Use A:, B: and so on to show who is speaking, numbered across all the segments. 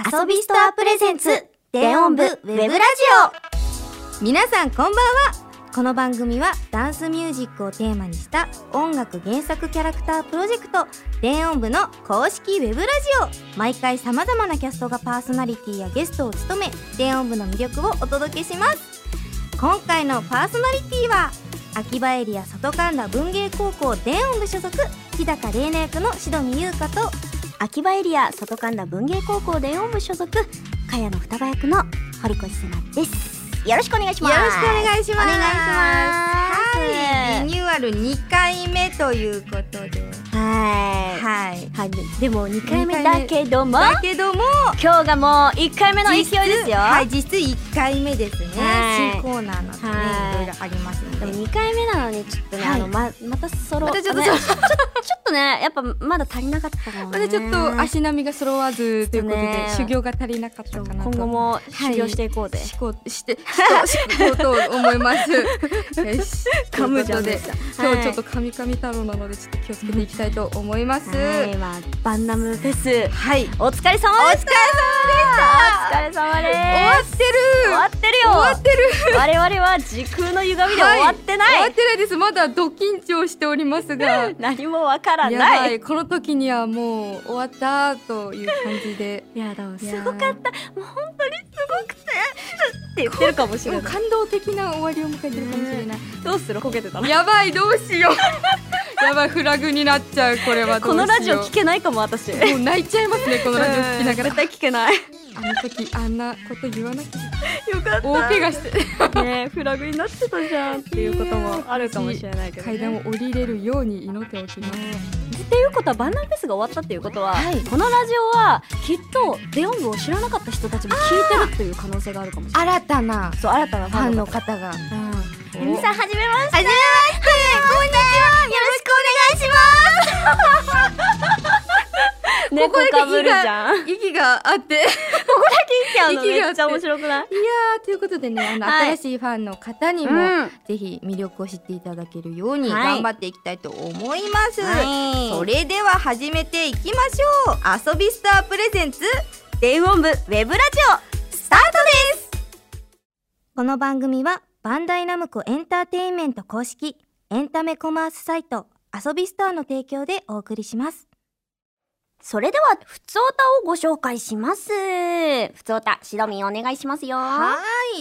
A: 遊びストアプレゼンツ電音部ウェブラジオ。皆さんこんばんは。この番組はダンスミュージックをテーマにした音楽原作キャラクタープロジェクト電音部の公式ウェブラジオ。毎回さまざまなキャストがパーソナリティやゲストを務め電音部の魅力をお届けします。今回のパーソナリティは秋葉エリア外神田文芸高校電音部所属日高玲奈役の志戸見優香と秋葉エリア外神田文芸高校電音部所属茅野双葉役の堀越瀬奈です。よろしくお願いします。
B: よろしくお願いします。
A: お願いします。
B: はい、リニューアル2回目ということで、はい、
A: でも2回目だけども今日がもう1回目の勢いですよ。
B: はい、実質1回目ですね。新コーナーなのでね、
A: はい
B: いろいろありますので。
A: でも2回目なのにちょっとね、またちょっとねやっぱまだ足りなかったかもね。
B: まだちょっと足並みが揃わずということで、修行が足りなかったかなと。
A: 今後も修行していこうで、
B: していこうと思います。よし、
A: 噛むじゃん。
B: 今日ちょっとカミカミ太郎なのでちょっと気をつけていきたいと思います。
A: バンナムフェス、
B: はい、
A: お疲れ様でした。
B: お疲れ様でした。
A: お疲れ様です。
B: 終わってるよ。
A: 我々は時空の歪みで終わってない。
B: 終わってないです。まだド緊張しておりますが
A: 何もわからない。
B: やばい、この時にはもう終わったという感じで、
A: いやでもすごかった。もう本当にすごくてって言ってるかもしれない。
B: 感動的な終わりを迎えてるかもしれない。
A: どうする？こけてたの？
B: やばい、どうしよう。やばい、フラグになっちゃう。これはどうしよう。
A: このラジオ聞けないかも。私
B: もう泣いちゃいますね、このラジオ聞きながら。
A: 絶対聞けない。
B: あの時あんなこと言わなきゃ
A: よかった。
B: 大怪我して
A: ね、フラグになってたじゃんっていうこともあるかもしれないけど、
B: 階段を降りれるように祈っておきます。
A: っていうことはバンナムフェスが終わったっていうことは、このラジオはきっと電音部を知らなかった人たちも聞いてるという可能性があるかもしれない。
B: 新たなファンの方が。
A: 皆さんはじめまして。
B: こんにちは。よろしくお願いします。
A: 猫かぶるじゃん。
B: 息があって、
A: ここだけ息合うのめっちゃ面白くない？いや
B: ということでね、新しいファンの方にもぜひ魅力を知っていただけるように頑張っていきたいと思います。それでは始めていきましょう。遊びスタープレゼンツ
A: 電音部ウェブラジ
B: オスタートです。
A: この番組はバンダイナムコエンターテインメント公式エンタメコマースサイト遊びスターの提供でお送りします。それではふつおたをご紹介します。ふつおた、しどみんお願いしますよ。
B: はい、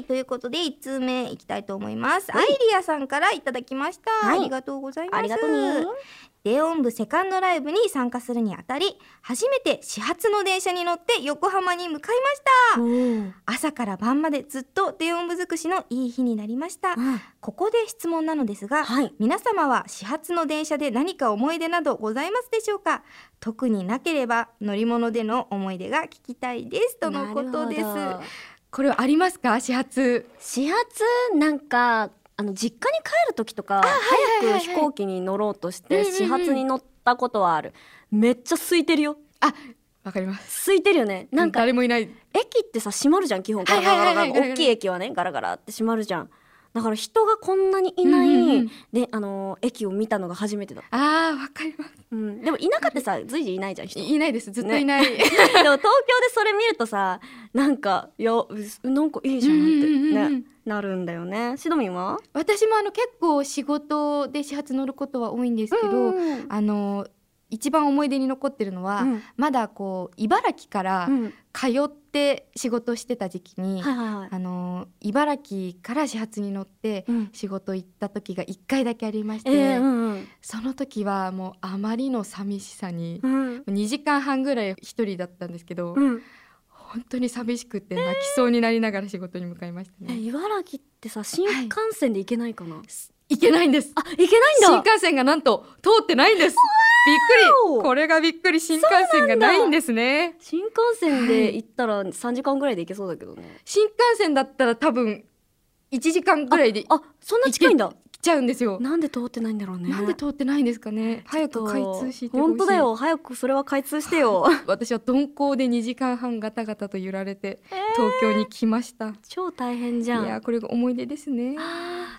B: ということで1通目いきたいと思います。アイリアさんからいただきました。ありがとうございます。
A: ありがとうね。
B: 電音部セカンドライブに参加するにあたり、初めて始発の電車に乗って横浜に向かいました。朝から晩までずっと電音部尽くしのいい日になりました。ここで質問なのですが、皆様は始発の電車で何か思い出などございますでしょうか？特になければ乗り物での思い出が聞きたいですとのことです。これはありますか？始発
A: なんか実家に帰る時とか早く飛行機に乗ろうとして始発に乗ったことはある。めっちゃ空いてるよ。
B: わかります。
A: 空いてるよね。なんか
B: 誰もいない。
A: 駅ってさ閉まるじゃん、基本。ガラガラガラガラ。大きい駅はねガラガラって閉まるじゃん。だから人がこんなにいないで駅を見たのが初めてだ。
B: わかります。
A: でも田舎ってさ随時いないじゃん、人。
B: いないです、ずっといない。でも
A: 東京でそれ見るとさ、なんかいいじゃんってねなるんだよね。しどみんは？
B: 私も結構仕事で始発乗ることは多いんですけど、一番思い出に残ってるのは、まだこう茨城から通って仕事してた時期に、茨城から始発に乗って仕事行った時が1回だけありまして、その時はもうあまりの寂しさに、2時間半ぐらい一人だったんですけど、本当に寂しくて泣きそうになりながら仕事に向かいましたね。
A: 茨城ってさ新幹線で行けないかな？
B: 行けないんです。
A: 行けないんだ。
B: 新幹線がなんと通ってないんです。びっくり。これがびっくり。新幹線がないんですね。
A: 新幹線で行ったら3時間ぐらいで行けそうだけどね。
B: 新幹線だったら多分1時間ぐらいで
A: そんな近いんだ。
B: 来ちゃうんですよ。
A: なんで通ってないんだろうね。
B: なんで通ってないんですかね。早く開通してほしい。
A: 本当だよ、早くそれは開通してよ。
B: 私は鈍行で2時間半ガタガタと揺られて東京に来ました。
A: 超大変じゃん。
B: いや、これが思い出ですね。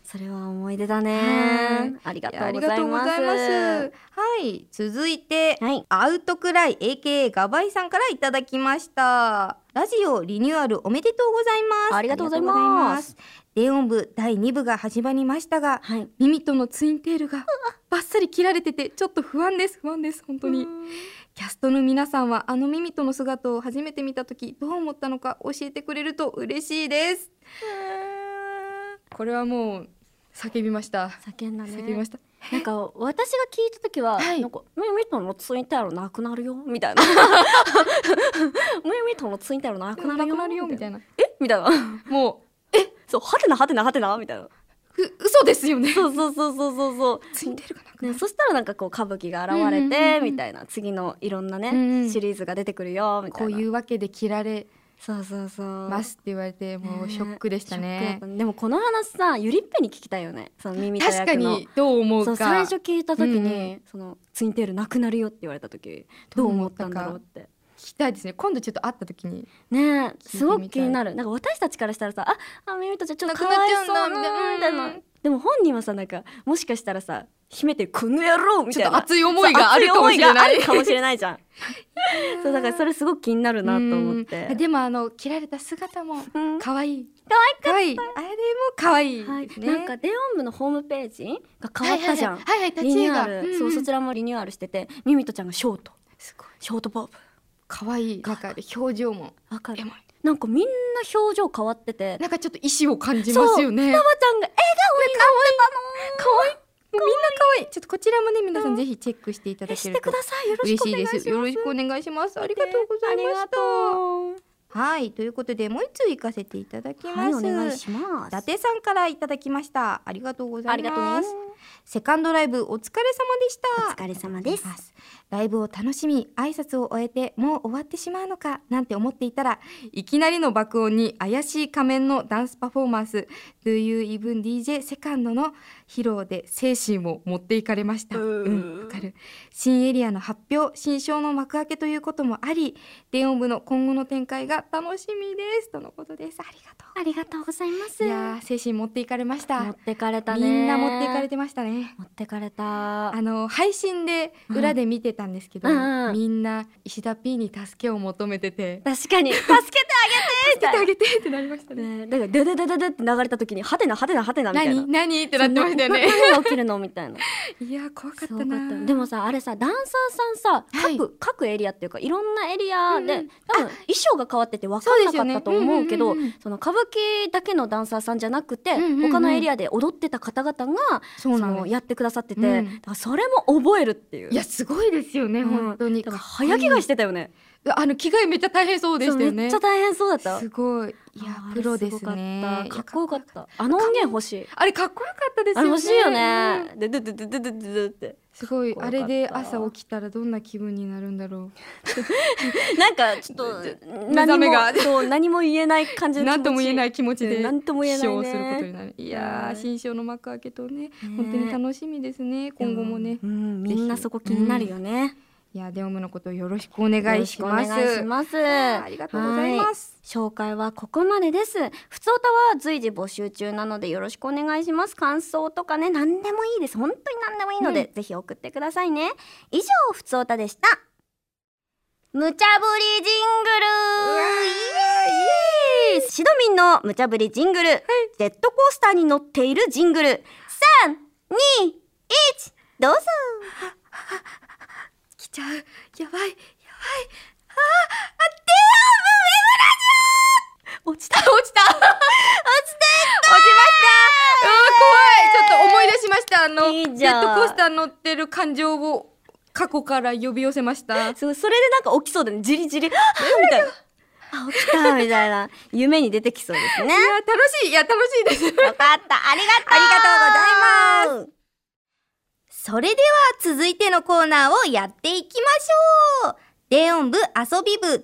C: それは思い出だね。ありがとうございます。
B: はい、続いて、アウトクライ AKA ガバイさんからいただきました。ラジオリニューアルおめでとうございます。
C: ありがとうございます。
B: 電音部第2部が始まりましたが、ミミとのツインテールがバッサリ切られててちょっと不安です本当に。キャストの皆さんはあのミミとの姿を初めて見た時どう思ったのか教えてくれると嬉しいです。これはもう叫びました。
C: 叫んだね。
B: 叫びました。
C: なんか私が聞いた時は、なんかミミとのツインテールなくなるよみたいなミミとのツインテールなくなるよみたいなみたいなもうそうはてなみたいな
B: 嘘ですよね。
C: そうツ
B: インテールがなくなる。
C: そしたらなんかこう歌舞伎が現れてみたいな、次のいろんなねシリーズが出てくるよみたいな、
B: こういうわけで切られ
C: そう
B: ますって言われてもうショックでしたね。
C: でもこの話さゆりっぺに聞きたいよね。その耳と役の
B: 確かにどう思うか。
C: 最初聞いた時に、そのツインテールなくなるよって言われた時どう思ったんだろうって
B: 聞きたいですね。今度ちょっと会った時に
C: ねすごく気になる。なんか私たちからしたらさ耳とちょっとかわいそうみたいな。でも本人はさなんかもしかしたらさ秘めてこの野郎みたいな
B: ちょっと熱い思いがあるかもしれ
C: ないじゃんそうだからそれすごく気になるなと思って。
B: でも切られた姿も可愛い可愛いあれも可愛いですね。
C: なんか電音部のホームページが変わったじゃん。
B: リニューア
C: ルそうそちらもリニューアルしててミミトちゃんがショートボブ
B: 可愛い。なんか表情も
C: わかる。なんかみんな表情変わってて
B: なんかちょっと意志を感じますよね。
C: 双葉ちゃんが笑顔になって
B: たの。可愛いみんな可愛い。ちょっとこちらもね皆さんぜひチェックしていただけると嬉しいです。よろしくお願いします。ありがとうございました。はい、ということでもう一通行かせていただきます。
C: お願いします。
B: 伊達さんからいただきました。ありがとうございます。セカンドライブお疲れ様でした。
C: お疲れ様です。
B: ライブを楽しみ挨拶を終えてもう終わってしまうのかなんて思っていたらいきなりの爆音に怪しい仮面のダンスパフォーマンス Do You Even DJ セカンドの披露で精神を持っていかれました。わかる。新エリアの発表新章の幕開けということもあり電音部の今後の展開が楽しみですとのことです。
C: ありがとうございます。
B: いや精神持っていかれました。
C: 持ってかれたね。
B: みんな持っていかれてましたね。
C: 持ってかれた。
B: 配信で裏で見てたんですけど、みんな石田 P に助けを求めてて
C: 確かに助けてあげて
B: ってなりましたね。
C: だからデデデデデって流れた時にハテナみたいな
B: 何ってなってましたよね。
C: 何が起きるのみたいな。
B: いや怖かったな。
C: でもさあれさダンサーさんさ各エリアっていうかいろんなエリアで多分衣装が変わってて分かんなかったと思うけどその歌舞伎だけのダンサーさんじゃなくて他のエリアで踊ってた方々がそのやってくださっててだからそれも覚えるっていう。
B: いやすごいですよね本当に。
C: だから早着替えしてたよね。
B: 着替えめっちゃ大変そうでしたよね。
C: めっちゃ大変そうだった。
B: すごい。いやプロですね。
C: かっこよかった。音源欲しい。
B: あれかっこよかったですよね。
C: 欲しいよね。でって
B: すごいあれで朝起きたらどんな気分になるんだろ
C: う。なんかちょっと何も言えない感じの
B: 何とも言えない気持ちで
C: 何とも言えない
B: ね。することになる。いや新章の幕開けとね本当に楽しみですね。今後もね。
C: みんなそこ気になるよね。
B: いや電音部のことをよろしくお願いします。
C: あ
B: りがとうございます。
C: 紹介はここまでです。ふつおたは随時募集中なのでよろしくお願いします。感想とかね何でもいいです。本当に何でもいいので、ぜひ送ってくださいね。以上ふつおたでした。無茶ぶりジングルイエーイ。シドミンの無茶ぶりジングル、ジェットコースターに乗っているジングル。3、2、1どうぞ。
B: 来ちゃう。やばい。電音部ウェブラジオ落ちた。落ちました。怖い。ちょっと思い出しました。ジェットコースター乗ってる感情を過去から呼び寄せました。
C: それでなんか起きそうだね。じりじりみたいな。起きたみたいな夢に出てきそうですね。
B: いや楽しいです。
C: よかった。ありがとうございます。
A: それでは続いてのコーナーをやっていきましょう。電音部遊び部2。イエー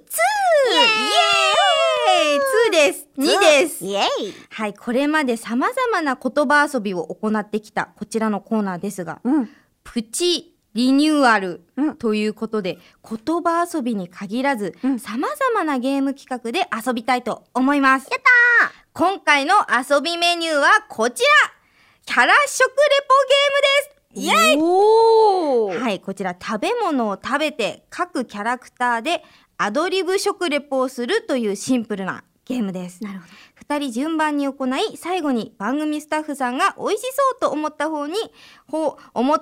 A: イ !2 です。2です。
C: イエーイ。
A: はい、これまで様々な言葉遊びを行ってきたこちらのコーナーですが、プチリニューアルということで、言葉遊びに限らず、様々なゲーム企画で遊びたいと思います。
C: やったー。
A: 今回の遊びメニューはこちら。 キャラ食レポゲームです。イエイ。はい、こちら食べ物を食べて各キャラクターでアドリブ食レポをするというシンプルなゲームです。
C: なるほど。
A: 2人順番に行い、最後に番組スタッフさんが美味しそうと思った方を判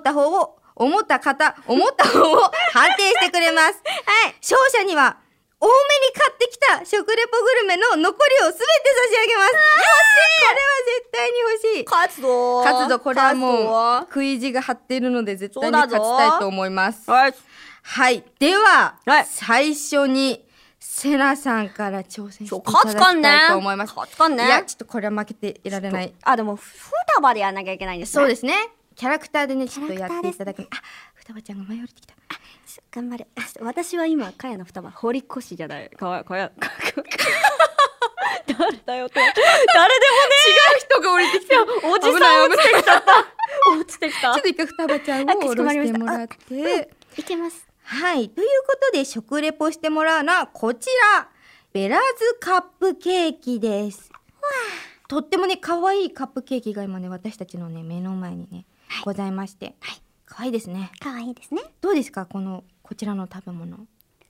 A: 定してくれます。はい、勝者には多めに買ってきた食レポグルメの残りをすべて差し上げます。これは絶対に欲しい。
C: 勝つぞ。
A: これはもう食い意地が張っているので絶対に勝ちたいと思います。はい、では、最初にセナさんから挑戦していただきたいと思います。いや、ちょっとこれは負けていられない。
C: でも双葉でやらなきゃいけないんですね。
A: そうですね。キャラクターでね、ちょっとやっていただく。双葉ちゃんが舞い降りてきた。
C: 頑張れ。私は今かやの双葉堀越じゃない。かや誰だよって。誰でもね。違う
A: 人が降りてきた。
C: おじさん落ちてきちゃった。落ちてきた。
A: ちょっと一回双葉ちゃんを下ろしてもらって。
C: いけます。
A: はい、ということで食レポしてもらうのはこちら、ベラズカップケーキです。とってもね、可愛いカップケーキが今ね、私たちのね、目の前にね、ございまして、可愛いですね。
C: 可愛いですね。
A: どうですか、こちらの食べ物。
C: も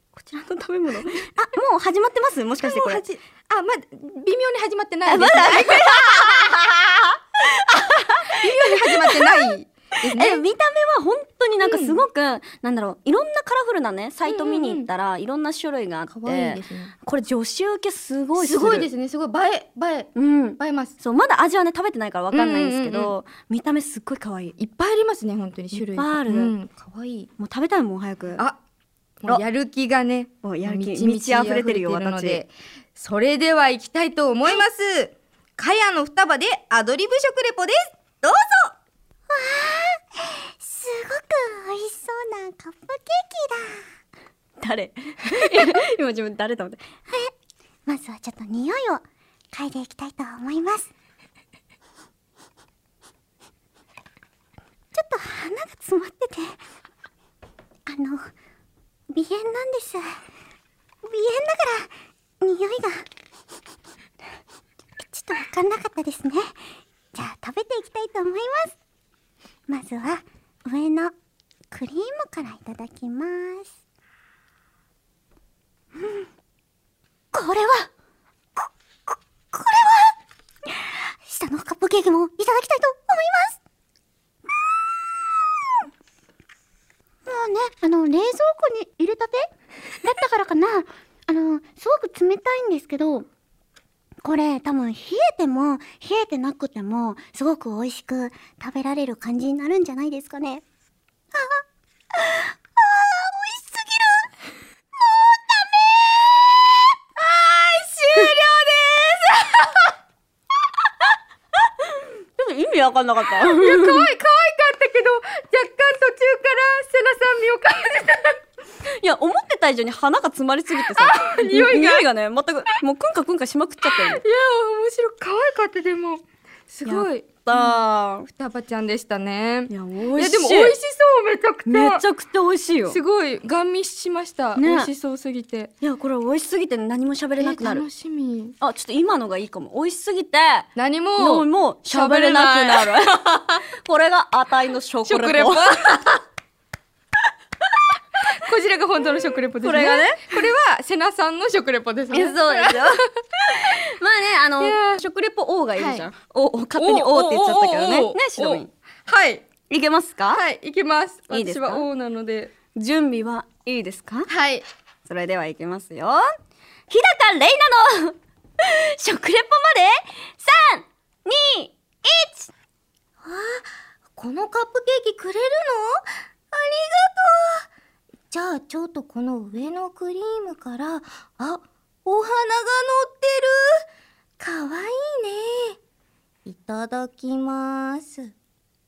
C: う始まってます？もしかしてこれ。
A: まだ微妙に始まってないです。微妙に始まってないですね。
C: 見た目は本当になんかすごく、なんだろう、いろんなカラフルなね、サイト見に行ったらいろんな種類があって、
A: 可愛いですね。
C: これ女子受けすごい
A: すごいですね。すごい映えます。
C: そう、まだ味はね食べてないからわかんないんですけど、見た目すっごい可愛い。
A: いっぱいありますね、本当に種類。
C: いっぱいある。
A: 可愛い。
C: もう食べたいもん、早く。
A: もうやる気がね、
C: もうやる気満ち溢れてるよ、私。
A: それでは行きたいと思います。かやの双葉でアドリブ食レポです。どうぞ。
D: すごく美味しそうなカップケーキだ。
C: 誰今自分誰と思って。
D: まずはちょっと匂いを嗅いでいきたいと思います。ちょっと鼻が詰まってて、鼻炎なんです。鼻炎だから匂いがちょっと分かんなかったですね。じゃあ食べていきたいと思います。まずは上のクリームからいただきます。これは下のカップケーキもいただきたいと思います。もうね、冷蔵庫に入れたてだったからかな、すごく冷たいんですけど、これ多分冷えても冷えてなくてもすごく美味しく食べられる感じになるんじゃないですかね。美味しすぎる。もうダメー。終了
C: ちょっと意味わかんなかった。
A: 可愛かったけど、若干途中からセナさん身を感じた。
C: いや、思ってた以上に鼻が詰まりすぎてさ、匂いがね、全くもうクンカクンカしまくっちゃったよ。いや、
A: 面白い、可愛かった。でもすごい。双葉ちゃんでしたね。
C: いや、美味しい。
A: でも美味しそう、めちゃくちゃ。
C: めちゃくちゃ美味しいよ。
A: すごいガン見しました。美味しそうすぎて。
C: いや、これ美味しすぎて何も喋れなくなる。
A: 楽しみ。
C: ちょっと今のがいいかも。美味しすぎて
A: 何も
C: 喋れなくなる。これがあたいの食レポ。
A: こちらが本当の食レポですね。
C: これがね、
A: これはセナさんの食レポですね。
C: そうですよ。まあね、食レポ王がいるじゃん。勝手に王って言っちゃったけどね。ね、シドミン。
A: はい。
C: いけますか？
A: はい、いけます。
C: いいですか？
A: 私は王なので。
C: 準備はいいですか？
A: はい。
C: それではいきますよ。日高レイナの食レポまで3、2、1。
D: このカップケーキくれるの？ありがとう。じゃあちょっとこの上のクリームから、お花が乗ってる。かわいいね。いただきます。滑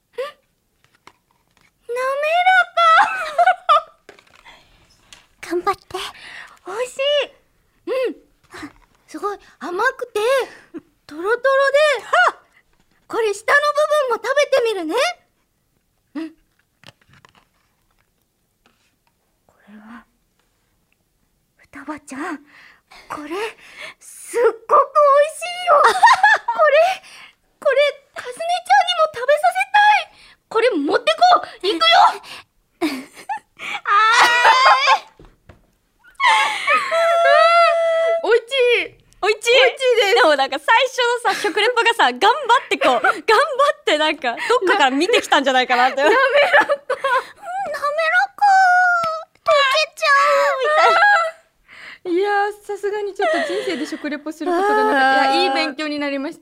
D: らか。頑張って。美味しい。すごい甘くてトロトロで、これ下の部分も食べてみるね。これは双葉ちゃん、これすっごく美味しいよ。これかすねちゃんにも食べさ
C: もなんか最初のさ食レポがさ頑張ってなんかどっかから見てきたんじゃないかなって。なめらか溶けちゃうみたいな。
B: いやー、さすがにちょっと人生で食レポすることがなかった。いや、いい勉強になりました。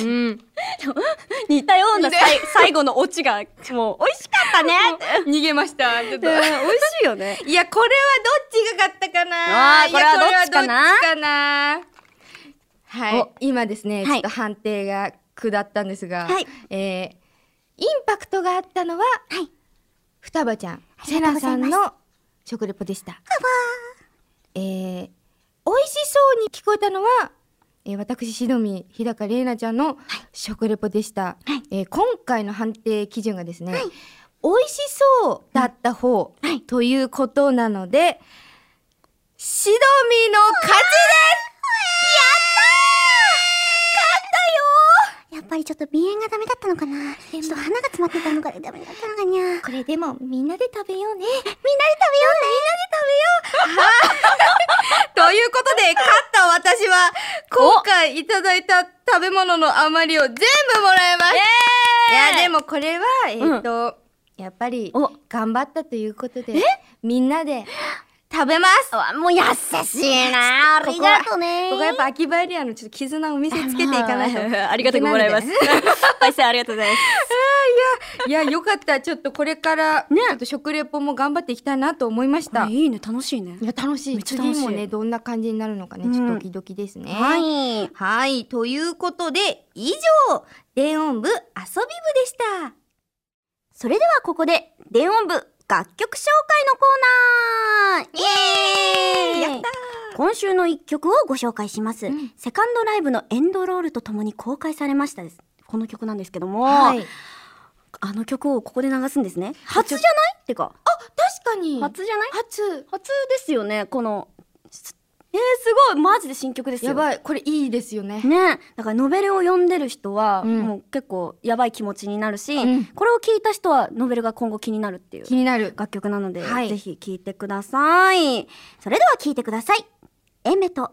C: 似たような最後のオチがもう美味しかったね。
B: 逃げました。ちょっと
C: 美味しいよね。
B: いや、これはどっちが勝ったかな。
C: これはどっちかな。
B: はい、今ですね、ちょっと判定が下ったんですが、インパクトがあったのは双葉ちゃん、セナさんの食レポでした。美味しそうに聞こえたのは、私シドミ日高玲奈ちゃんの食レポでした。今回の判定基準がですね、美味しそうだった方ということなので、シドミの勝ちです。
D: やっぱりちょっと鼻炎がダメだったのかな。ちょっと鼻が詰まってたのがダメだったのかにゃ。これでもみんなで食べようね。みんなで食べようね。
B: ということで、勝った私は今回いただいた食べ物の余りを全部もらいます。いや、でもこれはやっぱり頑張ったということで、みんなで食べます。
C: もう優しいな。ありがとうね。
B: ここやっぱ秋葉エリアのちょっと絆を見せつけていかないと。
C: ありがとうございます。パイセンありがとうございます。
B: いや、よかった。ちょっとこれからちょっと食レポも頑張っていきたいなと思いました。
C: いいね、楽しいね。
B: いや、楽しい。次もね、どんな感じになるのかね、ちょっとドキドキですね。
A: はい、ということで以上、電音部遊び部でした。
C: それではここで電音部楽曲紹介のコーナー。イエーイ。やったー。今週の一曲をご紹介します。セカンドライブのエンドロールとともに公開されましたです。この曲なんですけども、あの曲をここで流すんですね。初じゃないってか。
B: 確かに。
C: 初じゃない？
B: 初
C: ですよね。このすごいマジで新曲ですよ。
B: やばい、これいいですよね。
C: ね、だからノベルを読んでる人は、もう結構やばい気持ちになるし、これを聞いた人はノベルが今後気になるっていう楽曲なので、ぜひ聴いてください。それでは聴いてください。エンメと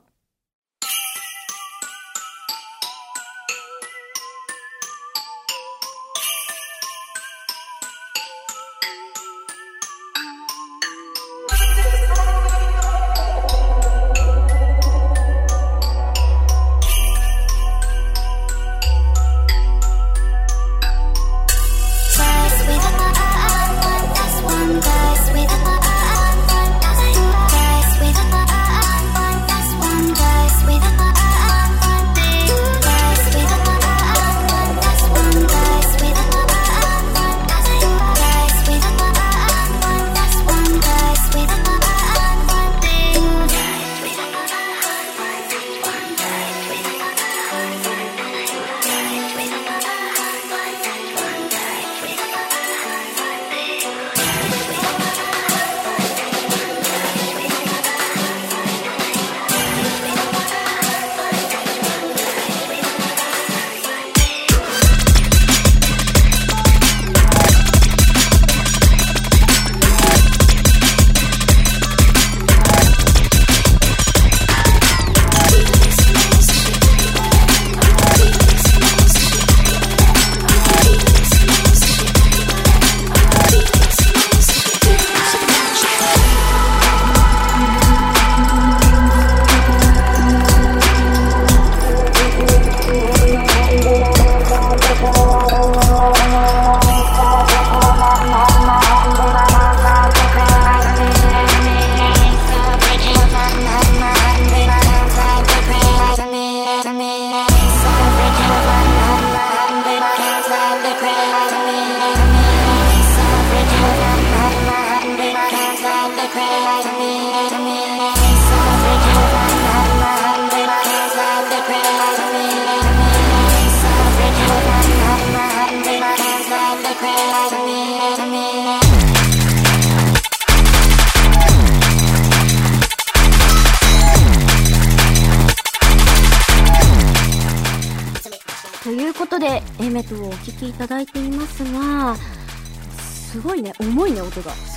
C: ということでエメトをお聴きいただいていますが、すごいね、重いね、音が。す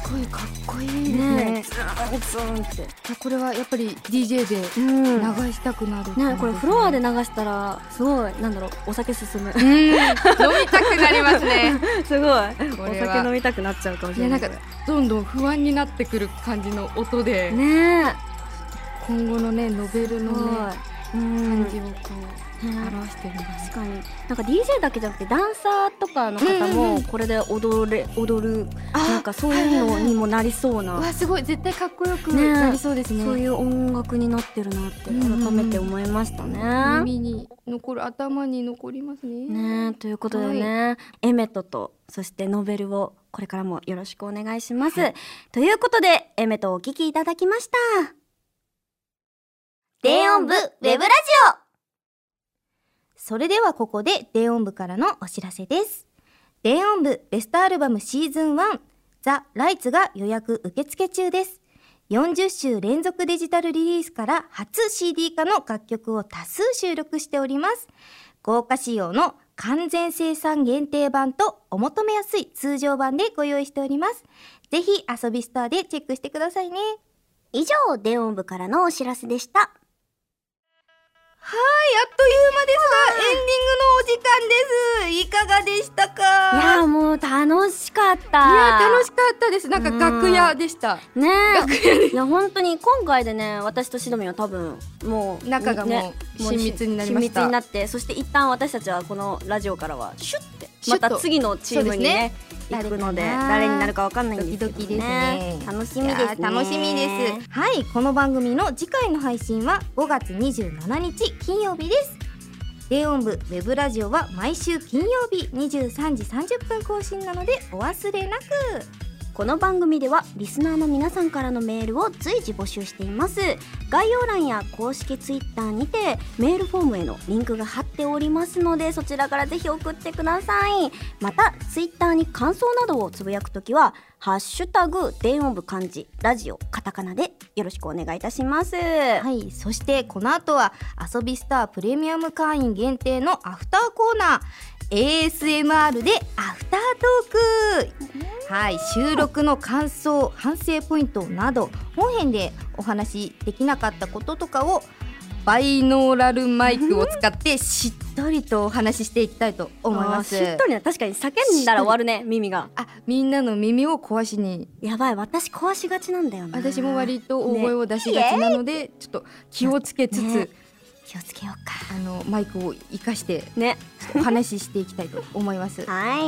B: ごいかっこいいですね。
C: ツーンって
B: これはやっぱり DJ で流したくなる、
C: ね。これフロアで流したらすごいなんだろう、お酒進む。
B: 飲みたくなりますね。
C: すごいお酒飲みたくなっちゃうかもしれない。
B: なんかどんどん不安になってくる感じの音で
C: ね、
B: 今後のねノベルのね感じをこう表してるんです。
C: 確かになんか DJ だけじゃなくてダンサーとかの方もこれで踊るなんかそういうのにもなりそうな。
B: わ、すごい、絶対かっこよくなりそうですね。
C: そういう音楽になってるなって改めて思いましたね。
B: 耳に残る、頭に残りますね。
C: ね、ということでね、エメトとそしてノベルをこれからもよろしくお願いします、ということでエメトをお聴きいただきました。
A: 電音部ウェブラジオ。それではここで電音部からのお知らせです。電音部ベストアルバムシーズン1ザ・ライツが予約受付中です。40週連続デジタルリリースから初 CD 化の楽曲を多数収録しております。豪華仕様の完全生産限定版とお求めやすい通常版でご用意しております。ぜひ遊びストアでチェックしてくださいね。
C: 以上、電音部からのお知らせでした。
A: はい、あっという間ですがエンディングのお時間です。いかがでしたか？
C: いやもう楽しかった。
B: いや楽しかったです。なんか楽屋でした
C: ね。いや本当に今回でね、私としどみは多分もう
B: 仲がもう親密になりました。
C: 親密になって、そして一旦私たちはこのラジオからはシュッてまた次のチームにね行くので、誰になるかわかんないんですけどね。
A: ドキドキですね。
C: 楽しみですね。
A: 楽しみです。はい、この番組の次回の配信は5月27日金曜日です。電音部ウェブラジオは毎週金曜日23時30分更新なのでお忘れなく。
C: この番組ではリスナーの皆さんからのメールを随時募集しています。概要欄や公式ツイッターにてメールフォームへのリンクが貼っておりますので、そちらからぜひ送ってください。またツイッターに感想などをつぶやくときはハッシュタグ電音部漢字ラジオカタカナでよろしくお願いいたします。
A: はい、そしてこの後は遊びスタープレミアム会員限定のアフターコーナーASMR でアフタートーク、はい、収録の感想、反省ポイントなど本編でお話しできなかったこととかをバイノーラルマイクを使ってしっとりとお話ししていきたいと思います。
C: しっとりな、確かに叫んだら終わるね、耳が。
B: みんなの耳を壊しに。
C: やばい、私壊しがちなんだよね。
B: 私も割と大声を出しがちなので、ちょっと気をつけつつ、
C: 気をつけようか。
B: マイクを生かして
C: ね、
B: お話ししていきたいと思います。
C: はい、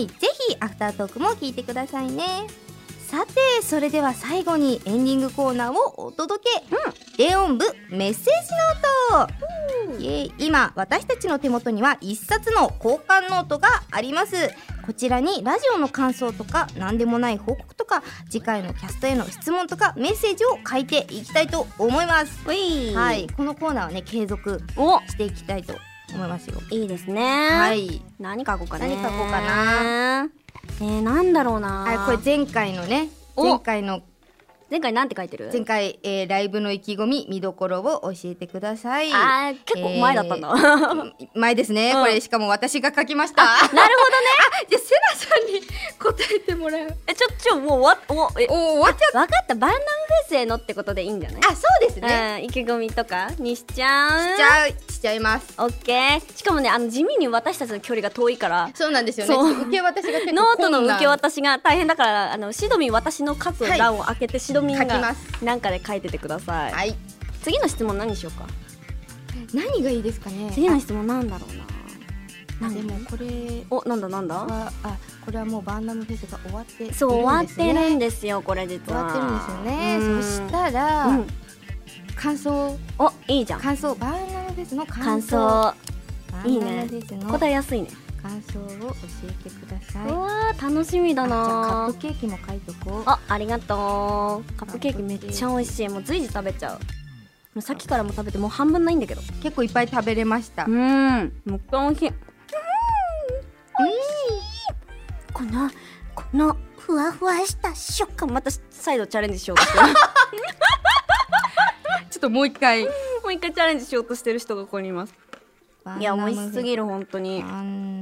A: ぜひアフタートークも聞いてくださいね。さて、それでは最後にエンディングコーナーをお届け、電音部メッセージノート。今私たちの手元には一冊の交換ノートがあります。こちらにラジオの感想とか何でもない報告とか次回のキャストへの質問とかメッセージを書いていきたいと思います。はい、このコーナーはね継続していきたいと思いますよ。
C: いいですね。
A: はい、
C: 何書こうかね。
A: 何書こうかな。
C: なんだろうな。
A: これ前回のね、前回
C: なんて書いてる？
A: 前回、ライブの意気込み見どころを教えてください。
C: 結構前だったんだ。
A: 前ですね、これしかも私が書きました。
C: なるほどね。
B: じゃあセナさんに答えてもらう。
C: もう終わっちゃった。分かった、バンナムフェスへのってことでいいんじゃない？
A: そうですね。
C: 意気込みとかにしちゃ
A: います。
C: オッケー。しかもね、地味に私たちの距離が遠いから。
A: そうなんですよね。受け渡しが結構
C: ノートの受け渡しが大変だから、シドミン私の書く欄を開けてシドミンがなんかで書いててください。はい。次の質問何しようか。
B: 何がいいですかね。
C: 次の質問なんだろうな。
B: でもこれ
C: なんだ
B: これはもうバンナムフェスが終わっているんですね。
C: そう、終わってるんですよ。これ実は
B: 終わってるんですよね。そしたら感想、
C: いいじゃん。
B: 感想、バンナムフェスの
C: 感想いいね。答えやすいね。
B: 感想を教えてください。
C: うわー、楽しみだな。
B: じゃあカップケーキも書いとこう。
C: ありがとう。カップケーキめっちゃ美味しい。もう随時食べちゃう。もうさっきからも食べてもう半分ないんだけど。
B: 結構いっぱい食べれました。
C: めっちゃ美味しい。このふわふわした食感、また再度チャレンジしようとしてる。
B: ちょっともう一回
C: チャレンジしようとしてる人がここにいます。いや、美味しすぎる。本当に
B: バンナム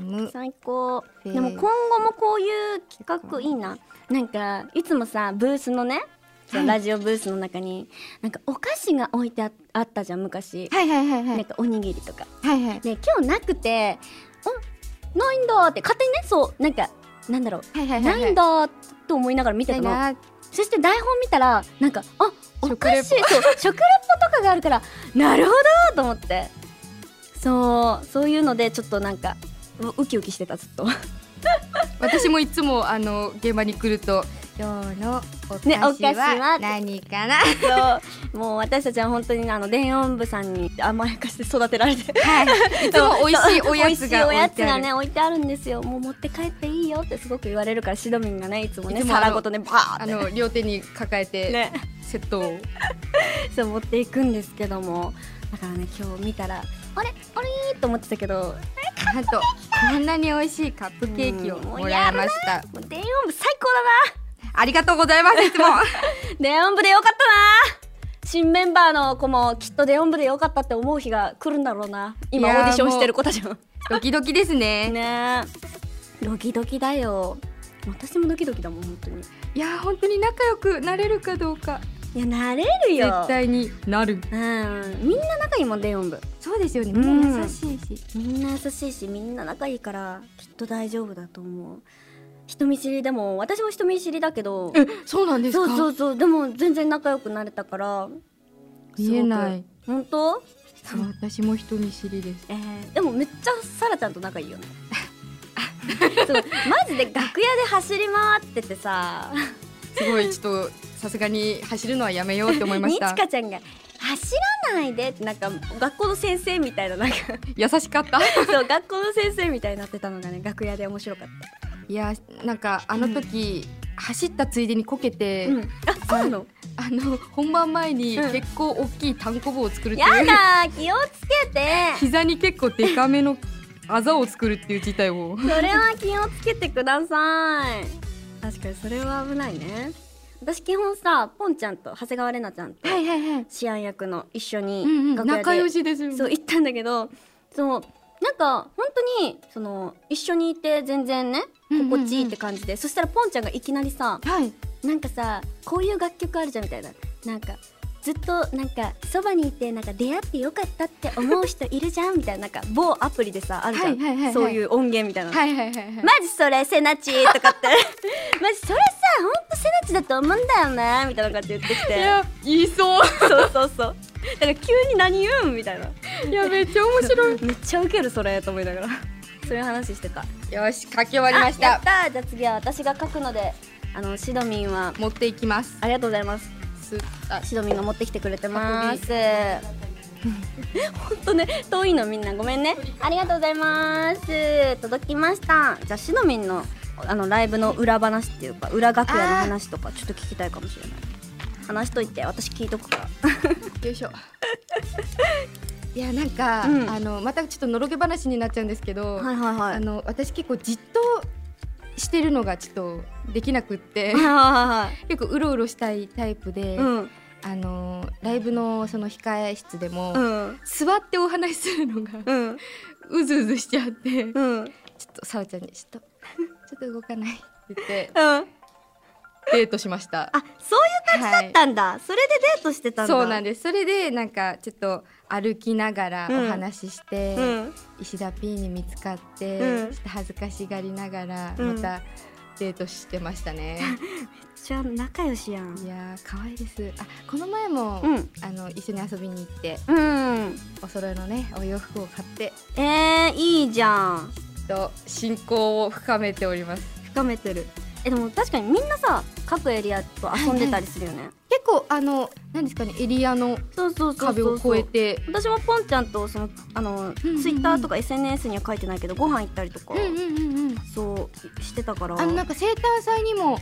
B: ム
C: 最高。でも今後もこういう企画いいな。なんかいつもさブースのね、ラジオブースの中になんかお菓子が置いてあったじゃん昔。
B: はいはいはいはい。
C: なんかおにぎりとか。
B: はいはい。
C: で今日なくて、ないんだって勝手にね、そうなんかなんだろう、
B: はいはいはいはい、
C: ないんだと思いながら見てたの。そして台本見たらなんかお菓子、そう食レポとかがあるからなるほどと思って、そういうのでちょっとなんかウキウキしてたずっと。
B: 私もいつも現場に来ると今日のお菓子は何かな、
C: そうもう私たちは本当に電音部さんに甘やかして育てられて、
B: はい、いつも美味しいおやつが
C: 置いてあるんですよ。もう持って帰っていいよってすごく言われるから、シドミンがねいつもね皿ごとねバーって
B: 両手に抱えて、ね、セットを
C: そう持っていくんですけども、だからね今日見たらあれと思ってたけど、
B: なんとこんなに美味しいカップケーキをもらいました。
C: もう電音部最高だな。
B: ありがとうございます。いつも
C: 電音部でよかったな。新メンバーの子もきっと電音部でよかったって思う日が来るんだろうな。今オーディションしてる子たちも
B: ドキドキですね。
C: ねえドキドキだよ。私もドキドキだもん本当に。
B: いや本当に仲良くなれるかどうか。
C: いやなれるよ、
B: 絶対になる。
C: みんな仲いいもん電音部。
B: そうですよね、みんな優しいし、
C: みんな優しいし、みんな仲いいからきっと大丈夫だと思う。人見知りでも、私も人見知りだけど。
B: そうなんですか。
C: そうでも全然仲良くなれたから
B: 見えない。
C: 本当？
B: 私も人見知りです。
C: でもめっちゃサラちゃんと仲いいよね。そうマジで楽屋で走り回っててさ、
B: すごいちょっとさすがに走るのはやめようって思いました。
C: にちかちゃんが走らないでってなんか学校の先生みたいな、なんか
B: 優しかった。
C: そう学校の先生みたいになってたのがね、楽屋で面白かった。
B: いやなんか時、走ったついでにこけて、
C: そうなの？
B: 本番前に結構大きい単行部を作るっていう、
C: やだ気をつけて。
B: 膝に結構デカめのあざを作るっていう事態を。
C: それは気をつけてください。確かにそれは危ないね。私基本さ、ポンちゃんと長谷川玲奈ちゃんとシアン役の一緒に楽屋で、
B: 仲良しですよね。
C: そう行ったんだけど、そうなんか本当に一緒にいて全然ね心地いいって感じで、そしたらポンちゃんがいきなりさ、なんかさこういう楽曲あるじゃんみたいな、なんかずっとなんかそばにいてなんか出会ってよかったって思う人いるじゃんみたいな、なんか某アプリでさあるじゃん、そういう音源みたいな、マジそれセナチとかってマジそれさほんとセナチだと思うんだよねみたいな感じで言ってきて、
B: いや言いそう。
C: そうだから急に何言うんみたいな。
B: いやめっちゃ面白い。
C: めっちゃウケるそれと思いながらそういう話してた。
B: よし書き終わりました。
C: やったー。じゃあ次は私が書くので、シドミンは
B: 持っていきます。
C: ありがとうございます。シドミンが持ってきてくれてますほんとね遠いのみんなごめんね。ありがとうございます。届きました。じゃあシドミンのライブの裏話っていうか裏楽屋の話とかちょっと聞きたいかもしれない。話しといて、私聞いとくから
B: よいしょ。いやなんか、またちょっとのろけ話になっちゃうんですけど、私結構じっとしてるのがちょっとできなくって、結構うろうろしたいタイプで、ライブのその控え室でも、座ってお話しするのが、うずうずしちゃって、ちょっとさらちゃんにちょっと動かないって言って、デートしました。
C: あ、そういう感じだったんだ、それでデートしてたんだ。
B: そうなんです。それでなんかちょっと歩きながらお話しして、石田 P に見つかって、ちょっと恥ずかしがりながらまたデートしてましたね。
C: めっちゃ仲良しやん。
B: いや可愛いです。この前も、一緒に遊びに行って、お揃いのねお洋服を買って、
C: いいじゃん。
B: と親交を深めております。
C: 深めてる。でも確かにみんなさ各エリアと遊んでたりするよね。
B: 結構何ですかね、エリアの壁を越えて、
C: 私もポンちゃんとツイッターとか SNS には書いてないけどご飯行ったりとかそうしてたから、
B: なんか生誕祭にも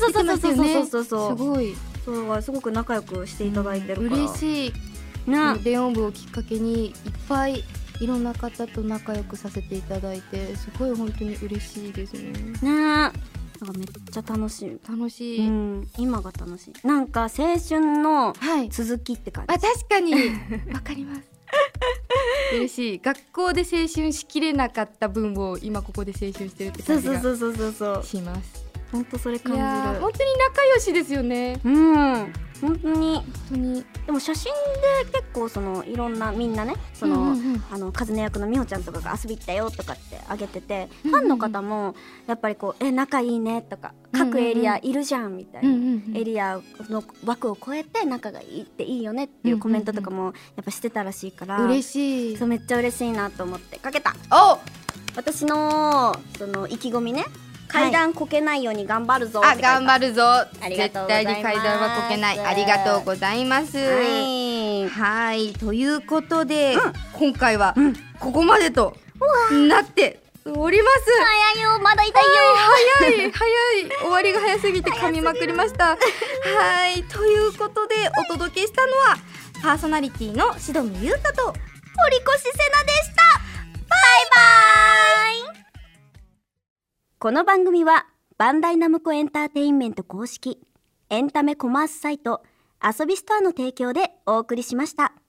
C: そうすごく仲良くしていただいてるから、
B: 嬉しい。電音部をきっかけにいっぱいいろんな方と仲良くさせていただいて、すごい本当に嬉しいですね。
C: なんかめっちゃ楽しい、今が楽しい。なんか青春の続きって感じ、
B: 確かにわかります嬉しい。学校で青春しきれなかった分を今ここで青春してるって感じがします。
C: 本当それ感じる。
B: 本当に仲良しですよね。
C: 本当にでも写真で結構そのいろんなみんなねその、カズネ役の美穂ちゃんとかが遊び行ったよとかってあげてて、ファンの方もやっぱりこう仲いいねとか、各エリアいるじゃんみたいな、エリアの枠を超えて仲がいいっていいよねっていうコメントとかもやっぱしてたらしいから、
B: 嬉しい。
C: そうめっちゃ嬉しいなと思ってかけた。私のその意気込みね、階段こけないように頑張るぞって書いた。
B: 頑張るぞ。
C: 絶対
B: に階段はこけない。ありがとうございます。はい、ということで、今回はここまでとなっております。
C: 早いよ、まだ痛いよ。
B: 早い終わりが早すぎて噛みまくりました。はい、ということでお届けしたのはパーソナリティのしどみゆうかと
C: 堀越せなでした。バイバイ。この番組はバンダイナムコエンターテインメント公式エンタメコマースサイト遊びストアの提供でお送りしました。